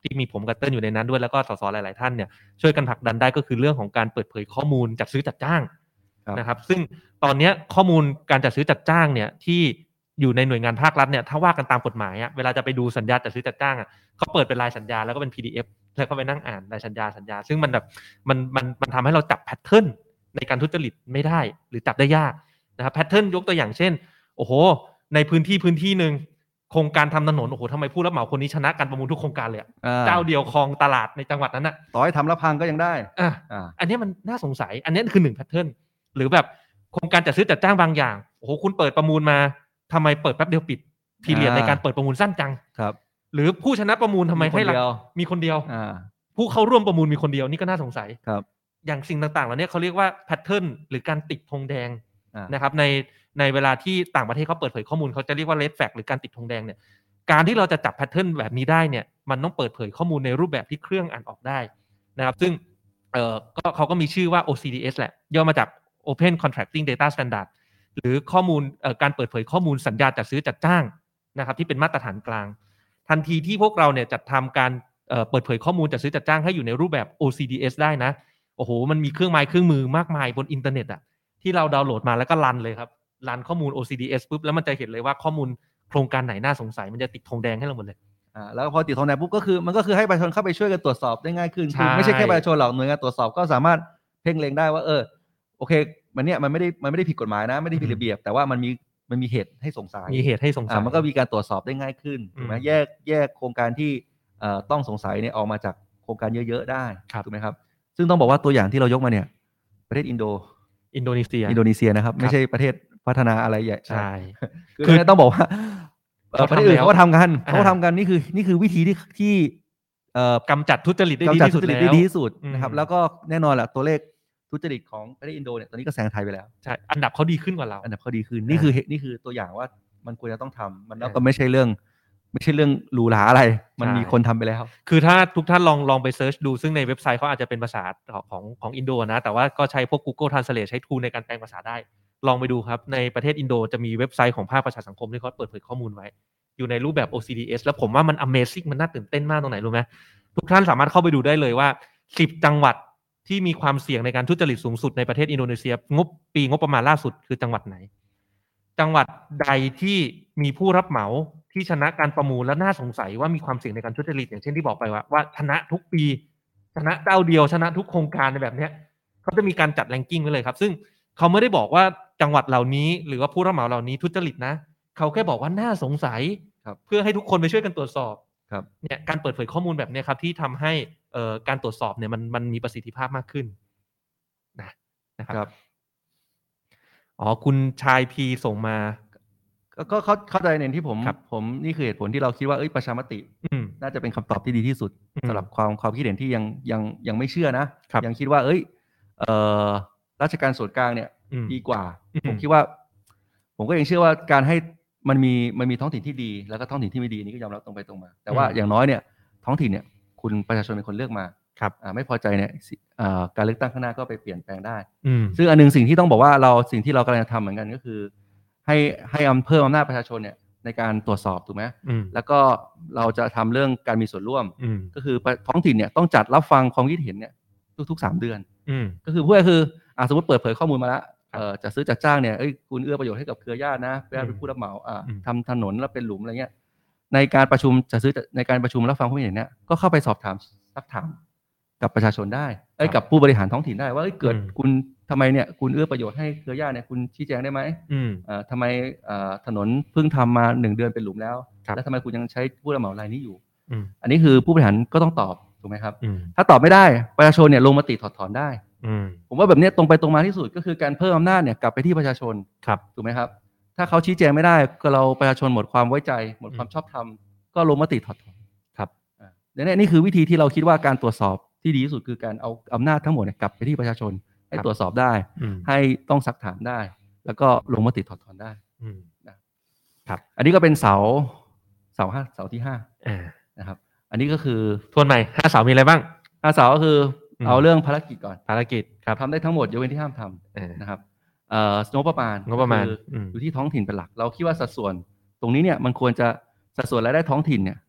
ที่มีผมกับเติ้ลอยู่ในนั้นด้วยแล้วก็สสหลายๆท่านเนี่ยช่วยกันผลักดันได้ก็คือเรื่องของการเปิดเผยข้อมูลจัดซื้อจัดจ้างนะครับซึ่งตอนนี้ข้อมูลการจัดซื้อจัดจ้างเนี่ยที่อยู่ในหน่วยงานภาครัฐเนี่ยถ้าว่ากันตามกฎหมายอ่ะเวลาจะไปดูสัญญาจัดซื้อจัดจ้างอ่ะเขาเปิดเป็นรายสัญญาแล้วก็เป็น พี ดี เอฟ แล้วก็ไปนั่งอ่านรายสัญญาสัญญาซึ่งมันแบบมันมันมันทำให้เราจับแพทเทิร์นในการทุจริตไม่ได้หรือจับได้ยากนะครับแพทเทิร์นยกตัวอย่างเช่นโอ้โหในพื้นที่พื้นที่นึงโครงการทำถนนโอ้โหทำไมผู้รับเหมาคนนี้ชนะการประมูลทุกโครงการเลยเจ้าเดียวครองตลาดในจังหวัดนั้นน่ะต่อให้ทำแล้วพังก็ยังได้อ่าอันนี้มันน่าสงสัยอันนี้คือหนึ่งแพทเทิร์นหรือแบบโครงการจัดซื้อจัดจ้างบางอย่างโอ้โหคุณเปิดประมูลมาทำไมเปิดแป๊บเดียวปิดพีเรียดในการเปิดประมูลสั้นจังครับหรือผู้ชนะประมูลทำไมให้มีคนเดียวผู้เข้าร่วมประมูลมีคนเดียวนี่ก็น่าสงสัยครับอย่างสิ่งต่างๆเหล่านี้เขาเรียกว่าแพทเทิร์นหรือการติดธงแดงนะครับในในเวลาที่ต่างประเทศเขาเปิดเผยข้อมูลเขาจะเรียกว่า red flag หรือการติดธงแดงเนี่ยการที่เราจะจับแพทเทิร์นแบบนี้ได้เนี่ยมันต้องเปิดเผยข้อมูลในรูปแบบที่เครื่องอ่านออกได้นะครับซึ่งเอ่อก็เขาก็มีชื่อว่า โอ ซี ดี เอส แหละย่อมาจาก Open Contracting Data Standard หรือข้อมูลเอ่อการเปิดเผยข้อมูลสัญญาจัดซื้อจัดจ้างนะครับที่เป็นมาตรฐานกลางทันทีที่พวกเราเนี่ยจัดทำการเอ่อเปิดเผยข้อมูลจัดซื้อจัดจ้างให้อยู่ในรูปแบบ โอ ซี ดี เอส ได้นะโอ้โหมันมีเครื่องไม้เครื่องมือมากมายบนอินเทอร์เน็ตอ่ะที่เราดาวน์โหลดมาแล้วก็รันเลยครับรันข้อมูล โอ ซี ดี เอส ปุ๊บแล้วมันจะเห็นเลยว่าข้อมูลโครงการไหนน่าสงสัยมันจะติดธงแดงให้เราหมดเลยอ่าแล้วพอติดธงแดงปุ๊บก็คือมันก็คือให้ประชาชนเข้าไปช่วยกันตรวจสอบได้ง่ายขึ้นคือไม่ใช่แค่ประชาชนหรอกหน่วยงานตรวจสอบก็สามารถเพ่งเล็งได้ว่าเออโอเคมันเนี่ยมันไม่ได้มันไม่ได้ผิดกฎหมายนะไม่ได้ผิดระเบียบแต่ว่ามันมีมันมีเหตุให้สงสัยมีเหตุให้สงสัยมันก็มีการตรวจสอบได้ง่ายขึ้นถูกไหมแยกแยกโครงการที่เอ่อต้องสงสัยเนี่ยออกมาจากโครงการเยอะๆได้ถูกไหมครับซึ่งต้องบอกว่าตัวอย่างที่เรายกมาเนี่ยประเทศอินโดอินโดนีเซียอินโดนีเซียนะครับไม่ใช่ประเทศพัฒนาอะไรใหญ่ใช่คือต้องบอกว่าประเทศอื่นเขาก็ทำกันเขาทำกันนี่คือนี่คือวิธีที่ที่กำจัดทุจริตได้ดีที่สุดได้ดีที่สุดนะครับแล้วก็แน่นอนแหละตัวเลขทุจริตของประเทศอินโดเนี่ยตอนนี้ก็แซงไทยไปแล้วใช่อันดับเขาดีขึ้นกว่าเราอันดับเขาดีขึ้นนี่คือนี่คือตัวอย่างว่ามันควรจะต้องทำมันแล้วก็ไม่ใช่เรื่องไม่ใช่เรื่องหรูหราอะไรมันมีคนทำไปแล้วคือถ้าทุกท่านลองลองไปเซิร์ชดูซึ่งในเว็บไซต์เขาอาจจะเป็นภาษาของของอินโดนะแต่ว่าก็ใช้พวก Google Translate ใช้ tool ในการแปลงภาษาได้ลองไปดูครับในประเทศอินโดจะมีเว็บไซต์ของภาคประชาสังคมที่เขาเปิดเผยข้อมูลไว้อยู่ในรูปแบบ โอ ซี ดี เอส แล้วผมว่ามัน Amazing มันน่าตื่นเต้นมากตรงไหนรู้ไหมทุกท่านสามารถเข้าไปดูได้เลยว่าสิบจังหวัดที่มีความเสี่ยงในการทุจริตสูงสุดในประเทศอินโดนีเซียงบปีงบประมาณล่าสุดคือจังหวัดไหนจังหวัดใดที่มีผู้รับเหมาที่ชนะการประมูลและน่าสงสัยว่ามีความเสี่ยงในการทุจริตอย่างเช่นที่บอกไปว่าว่าชนะทุกปีชนะเจ้าเดียวชนะทุกโครงการในแบบนี้เขาจะมีการจัดแรงกิ้งไว้เลยครับซึ่งเขาไม่ได้บอกว่าจังหวัดเหล่านี้หรือว่าผู้รับเหมาเหล่านี้ทุจริตนะเขาแค่บอกว่าน่าสงสัยเพื่อให้ทุกคนไปช่วยกันตรวจสอบเนี่ยการเปิดเผยข้อมูลแบบนี้ครับที่ทำให้เอ่อการตรวจสอบเนี่ยมันมันมีประสิทธิภาพมากขึ้นนะนะครับอ๋อคุณชายพีส่งมาก็เข้าเข้าใจในที่ผมผมนี่คือเหตุผลที่เราคิดว่าเอ้ยประชามติน่าจะเป็นคำตอบที่ดีที่สุดสำหรับความความคิดเห็นที่ยังยังยังไม่เชื่อนะยังคิดว่าเอ้ยเอ่อราชการส่วนกลางเนี่ยดีกว่าผมคิดว่าผมก็ยังเชื่อว่าการให้มันมีมันมีท้องถิ่นที่ดีแล้วก็ท้องถิ่นที่ไม่ดีนี่ก็ยอมรับตรงไปตรงมาแต่ว่าอย่างน้อยเนี่ยท้องถิ่นเนี่ยคุณประชาชนเป็นคนเลือกมาครับไม่พอใจเนี่ยการเลือกตั้งข้างหน้าก็ไปเปลี่ยนแปลงได้ซึ่งอันนึงสิ่งที่ต้องบอกว่าเราสิ่งที่เรากำลังทำเหมือนกันก็คือให้ให้เพิ่มอำนาจประชาชนเนี่ยในการตรวจสอบถูกไหมแล้วก็เราจะทำเรื่องการมีส่วนร่วมก็คือท้องถิ่นเนี่ยต้องจัดรับฟังความคิดเห็นเนี่ยทุกๆสามเดือนก็คือพูดก็คือสมมติเปิดเผยข้อมูลมาแล้วจะซื้อจัดจ้างเนี่ยคุณเอื้อประโยชน์ให้กับเครือญาตินะเป็นผู้รับเหมาทำถนนแล้วเป็นหลุมอะไรเงี้ยในการประชุมจะซื้อในการประชุมรับฟังความคิดเห็นเนี่ยก็เข้าไปสอบถามซักถามกับประชาชนได้เอ้ยกับผู้บริหารท้องถิ่นได้ว่าเกิดคุณทำไมเนี่ยคุณเอื้อประโยชน์ให้เครือญาติเนี่ยคุณชี้แจงได้ไหมทำไมถนนเพิ่งทำมาหนึ่งเดือนเป็นหลุมแล้วแล้วทำไมคุณยังใช้ผู้รับเหมารายนี้อยู่อันนี้คือผู้บริหารก็ต้องตอบถูกไหมครับถ้าตอบไม่ได้ประชาชนเนี่ยลงมติถอดถอนได้ผมว่าแบบนี้ตรงไปตรงมาที่สุดก็คือการเพิ่มอำนาจเนี่ยกลับไปที่ประชาชนถูกไหมครับถ้าเขาชี้แจงไม่ได้ก็เราประชาชนหมดความไว้ใจหมดความชอบธรรมก็ลงมติถอดถอนครับเนี่ยนี่คือวิธีที่เราคิดว่าการตรวจสอบที่ดีที่สุดคือการเอาอำนาจทั้งหมดกลับไปที่ประชาชนให้ตรวจสอบได้ให้ต้องซักถามได้แล้วก็ลงมติถอดถอนได้นะครับอันนี้ก็เป็นเสาเสาห้าเสาที่ห้านะครับอันนี้ก็คือทวนใหม่ห้าเสามีอะไรบ้างห้าเสาก็คือเอาเรื่องภารกิจก่อนภารกิจครับทำได้ทั้งหมดยกเว้นที่ห้ามทำนะครับงบประมาณงบประมาณอยู่ที่ท้องถิ่นเป็นหลักเราคิดว่าสัดส่วนตรงนี้เนี่ยมันควรจะสัดส่วนรายได้ท้องถิ่นเนี่ย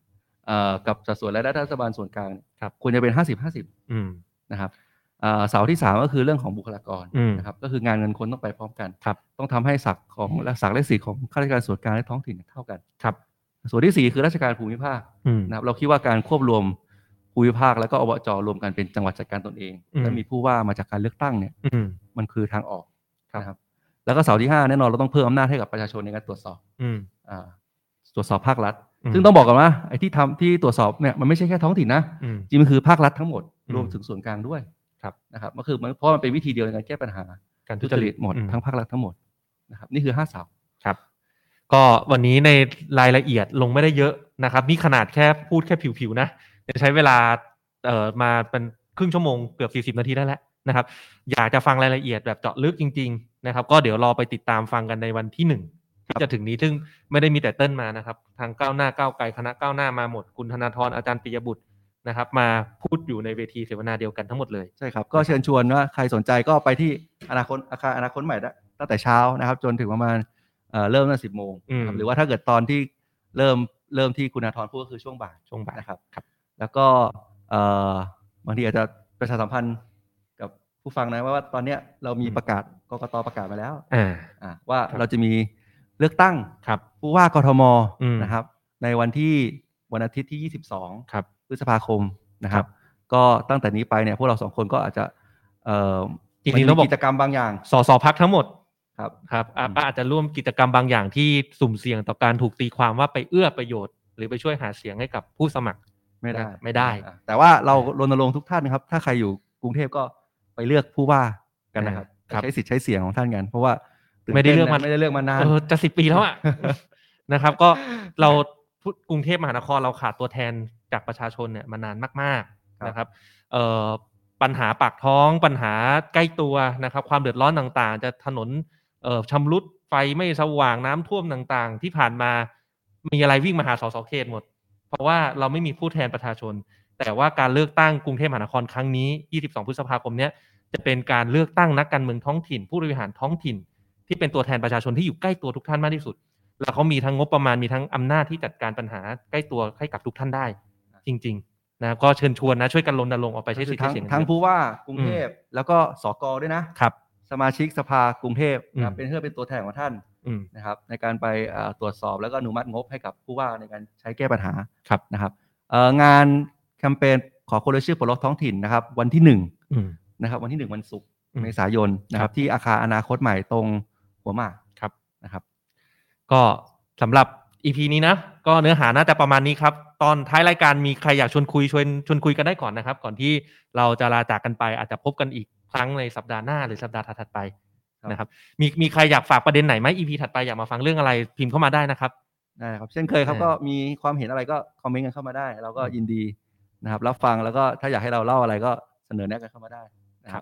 เอ่อกับสัดส่วนรายได้รัฐบาลส่วนกลางครับควรจะเป็น ห้าสิบ ห้าสิบอืมนะครับเอ่อเสาที่สามก็คือเรื่องของบุคลากรอืมนะครับก็คืองานเงินคนต้องไปพร้อมกันครับต้องทำให้ศักดิ์ของและศักดิ์และสิทธิ์ของข้าราชการส่วนกลางและท้องถิ่นเท่ากันครับส่วนที่สี่คือราชการภูมิภาคอืมนะครับเราคิดว่าการควบรวมภูมิภาคแล้วก็อบจรวมกันเป็นจังหวัดจัดการตนเองอืมและมีผู้ว่ามาจากการเลือกตั้งเนี่ยอืมมันคือทางออกครับนะครับแล้วก็เสาที่ห้าแน่นอนเราต้องเพิ่มอำนาจให้กับประชาชนในการตรวจสอบอืมอ่าตรวจสอบภาครัฐอืมซึ่งต้องบอกกันว่าไอ้ที่ทำที่ตรวจสอบเนี่ยมันไม่ใช่แค่ท้องถิ่นนะอืมจริงมันคือภาครัฐทั้งหมดอืมรวมถึงส่วนกลางด้วยครับนะครับก็คือมันเพราะมันเป็นวิธีเดียวในการแก้ปัญหาการทุทุจจริริตตหมดอืมทั้งภาครัฐทั้งหมดนะครับนี่คือห้าเสาครับก็วันนี้ในรายละเอียดลงไม่ได้เยอะนะครับนี่ขนาดแค่พูดแค่ผิวๆนะจะใช้เวลาเอ่อมาเป็นครึ่งชั่วโมงเกือบสี่สิบนาทีได้แล้วนะครับอยากจะฟังรายละเอียดแบบเจาะลึกจริงๆนะครับก็เดี๋ยวรอไปติดตามฟังกันในวันที่หนึ่งที่จะถึงนี้ซึ่งไม่ได้มีแต่เติ้ลมานะครับทางก้าวหน้าก้าวไกลคณะก้าวหน้ามาหมดคุณธนาธรอาจารย์ปิยบุตรนะครับมาพูดอยู่ในเวทีเสวนาเดียวกันทั้งหมดเลยใช่ครับก็เชิญชวนว่าใครสนใจก็ไปที่อนาคตอาคารอนาคตใหม่ได้ตั้งแต่เช้านะครับจนถึงประมาณเอ่อเริ่มตั้งสิบโมงอืมนะครับหรือว่าถ้าเกิดตอนที่เริ่มเริ่มที่คุณธนาธรพูดก็คือช่วงบ่ายช่วงบ่ายนะครับครับแล้วก็เอ่อบางทีอาจจะประชาสัมพันธ์กับผู้ฟังนะว่าตอนเนี้ยเรามีประกาศกกตประกาศมาแล้วอ่าอ่าว่าครับเราจะมีเลือกตั้งครับผู้ว่ากทมอืมนะครับในวันที่วันอาทิตย์ที่ยี่สิบสองครับพฤษภาคมนะครับก็ตั้งแต่นี้ไปเนี่ยพวกเราสองคนก็อาจจะเอ่อจริงๆต้องบอกกิจกรรมบางอย่างสสพักทั้งหมดครับครับอ่ะอืมอาจจะร่วมกิจกรรมบางอย่างที่สุ่มเสี่ยงต่อการถูกตีความว่าไปเอื้อประโยชน์ หรือไปช่วยหาเสียงให้กับผู้สมัครไม่ได้ไม่ได้อ่ะแต่ว่าเรารณรงค์ทุกท่านนะครับ ถ้าใครอยู่กรุงเทพก็ไปเลือกผู้ว่ากันนะครับครับใช้สิทธิ์ใช้เสียงของท่านกัน เพราะว่าตื่นไม่ได้เลือกต้นมานะไม่ได้เลือกมานานเออจะสิบปีแล้วอ่ะ นะครับ ก็เรากรุงเทพมหานครเราขาดตัวแทนจากประชาชนเนี่ยมานานมากครับๆนะครับเอ่อปัญหาปากท้องปัญหาใกล้ตัวนะครับ ความเดือดร้อนต่างๆ จะถนนเอ่อชำรุดไฟไม่สว่างน้ำท่วมต่างๆ ที่ผ่านมามีอะไรวิ่งมาหาสสเขตหมด เพราะว่าเราไม่มีผู้แทนประชาชน แต่ว่าการเลือกตั้งกรุงเทพมหานครครั้งนี้ยี่สิบสองพฤษภาคมเนี้ยจะเป็นการเลือกตั้งนักการเมืองท้องถิ่น ผู้บริหารท้องถิ่น ที่เป็นตัวแทนประชาชนที่อยู่ใกล้ตัวทุกท่านมากที่สุด แล้วเขามีทั้งงบประมาณมีทั้งอำนาจที่จัดการปัญหาใกล้ตัวให้กับทุกท่านได้ จริงๆนะก็เชิญชวนนะช่วยกันรณรงค์ออกไปใช้สิทธิ์ทั้ใช้งเสียงทั้งกันเยอะผู้ว่ากรุงเทพแล้วก็สกด้วยนะครับสมาชิกสภากรุงเทพนะครับอืมเป็นเพื่อเป็นตัวแทนของท่านอืมนะครับในการไปเอ่อตรวจสอบแล้วก็อนุมัติงบให้กับผู้ว่าในการใช้แก้ปัญหาครับนะครับเอ่องานแคมเปญขอคนละชื่อปลดล็อกท้องถิ่นนะครับวันที่หนึ่งอืมนะครับวันที่หนึ่งวันศุกร์อืมเมษายนนะครับที่อาคารอนาคตใหม่ตรงหัวหมากครับนะครับก็สำหรับ อี พี นี้นะก็เนื้อหาน่าจะประมาณนี้ครับ ตอนท้ายรายการมีใครอยากชวนคุยชวนชวนคุยกันได้ก่อนนะครับ ก่อนที่เราจะลาจากกันไปอาจจะพบกันอีกครั้งในสัปดาห์หน้าหรือสัปดาห์ถัดๆไปครับนะครับมีมีใครอยากฝากประเด็นไหนไหม อี พี ถัดไปอยากมาฟังเรื่องอะไรพิมพ์เข้ามาได้นะครับได้ครับเช่นเคยครับอ่าก็มีความเห็นอะไรก็คอมเมนต์กันเข้ามาได้ เราก็ยินดีนะครับรับฟังแล้วก็ถ้าอยากให้เราเล่าอะไรก็เสนอแนะกันเข้ามาได้นะครับ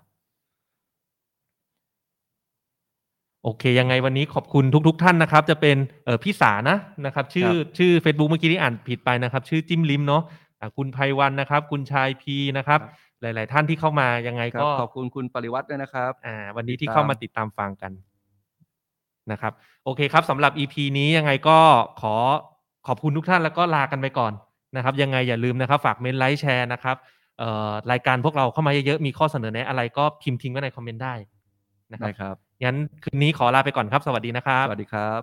โอเคยังไงวันนี้ขอบคุณทุกๆทท่านนะครับ จะเป็นเอ่อพี่สานะนะครับ ชื่อครับชื่อ Facebook เมื่อกี้ที่อ่านผิดไปนะครับ ชื่อจิ้มลิ้มเนาะอ่ะคุณไพวันนะครับ คุณชายพีนะครับ หลาย ๆ ท่านที่เข้ามายังไงครับก็ขอบคุณคุณปริวัติด้วยนะครับอ่าวันนี้ติที่ดตามเข้ามาติดตามฟังกันนะครับโอเคครับสำหรับ อี พี นี้ยังไงก็ขอขอบคุณทุกท่านแล้วก็ลากันไปก่อนนะครับยังไงอย่าลืมนะครับฝากเมนต์ไลค์แชร์นะครับเอ่อรายการพวกเราเข้ามาเยอะๆมีข้อเสนอแนะอะไรก็พิมพ์ทิ้งไว้ในคอมเมนต์ได้นะครัได้บครับงั้นคืนนี้ขอลาไปก่อนครับสวัสดีนะครับสวัสดีครับ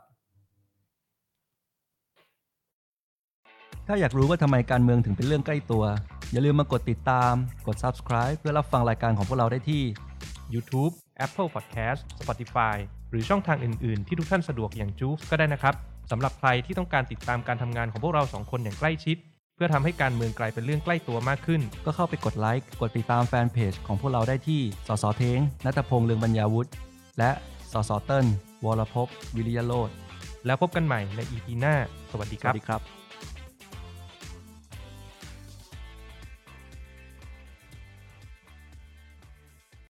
ถ้าอยากรู้ว่าทำไมการเมืองถึงเป็นเรื่องใกล้ตัว อย่าลืมมากดติดตาม กด Subscribe เพื่อรับฟังรายการของพวกเราได้ที่ YouTube Apple Podcast Spotify หรือช่องทางอื่น ๆ ที่ทุกท่านสะดวกอย่างจู๊ฟก็ได้นะครับสำหรับใครที่ต้องการติดตามการทำงานของพวกเราสองคนอย่างใกล้ชิดเพื่อทำให้การเมืองกลายเป็นเรื่องใกล้ตัวมากขึ้นก็เข้าไปกดไลค์กดติดตามแฟนเพจของพวกเราได้ที่สสเท้งณัฐพงษ์เลืองบรรยาวุฒิและสสเติ้ลวรภพวิริยโรจน์แล้วพบกันใหม่ใน อี พี หน้าสวัสดีสครัวับสดีครับ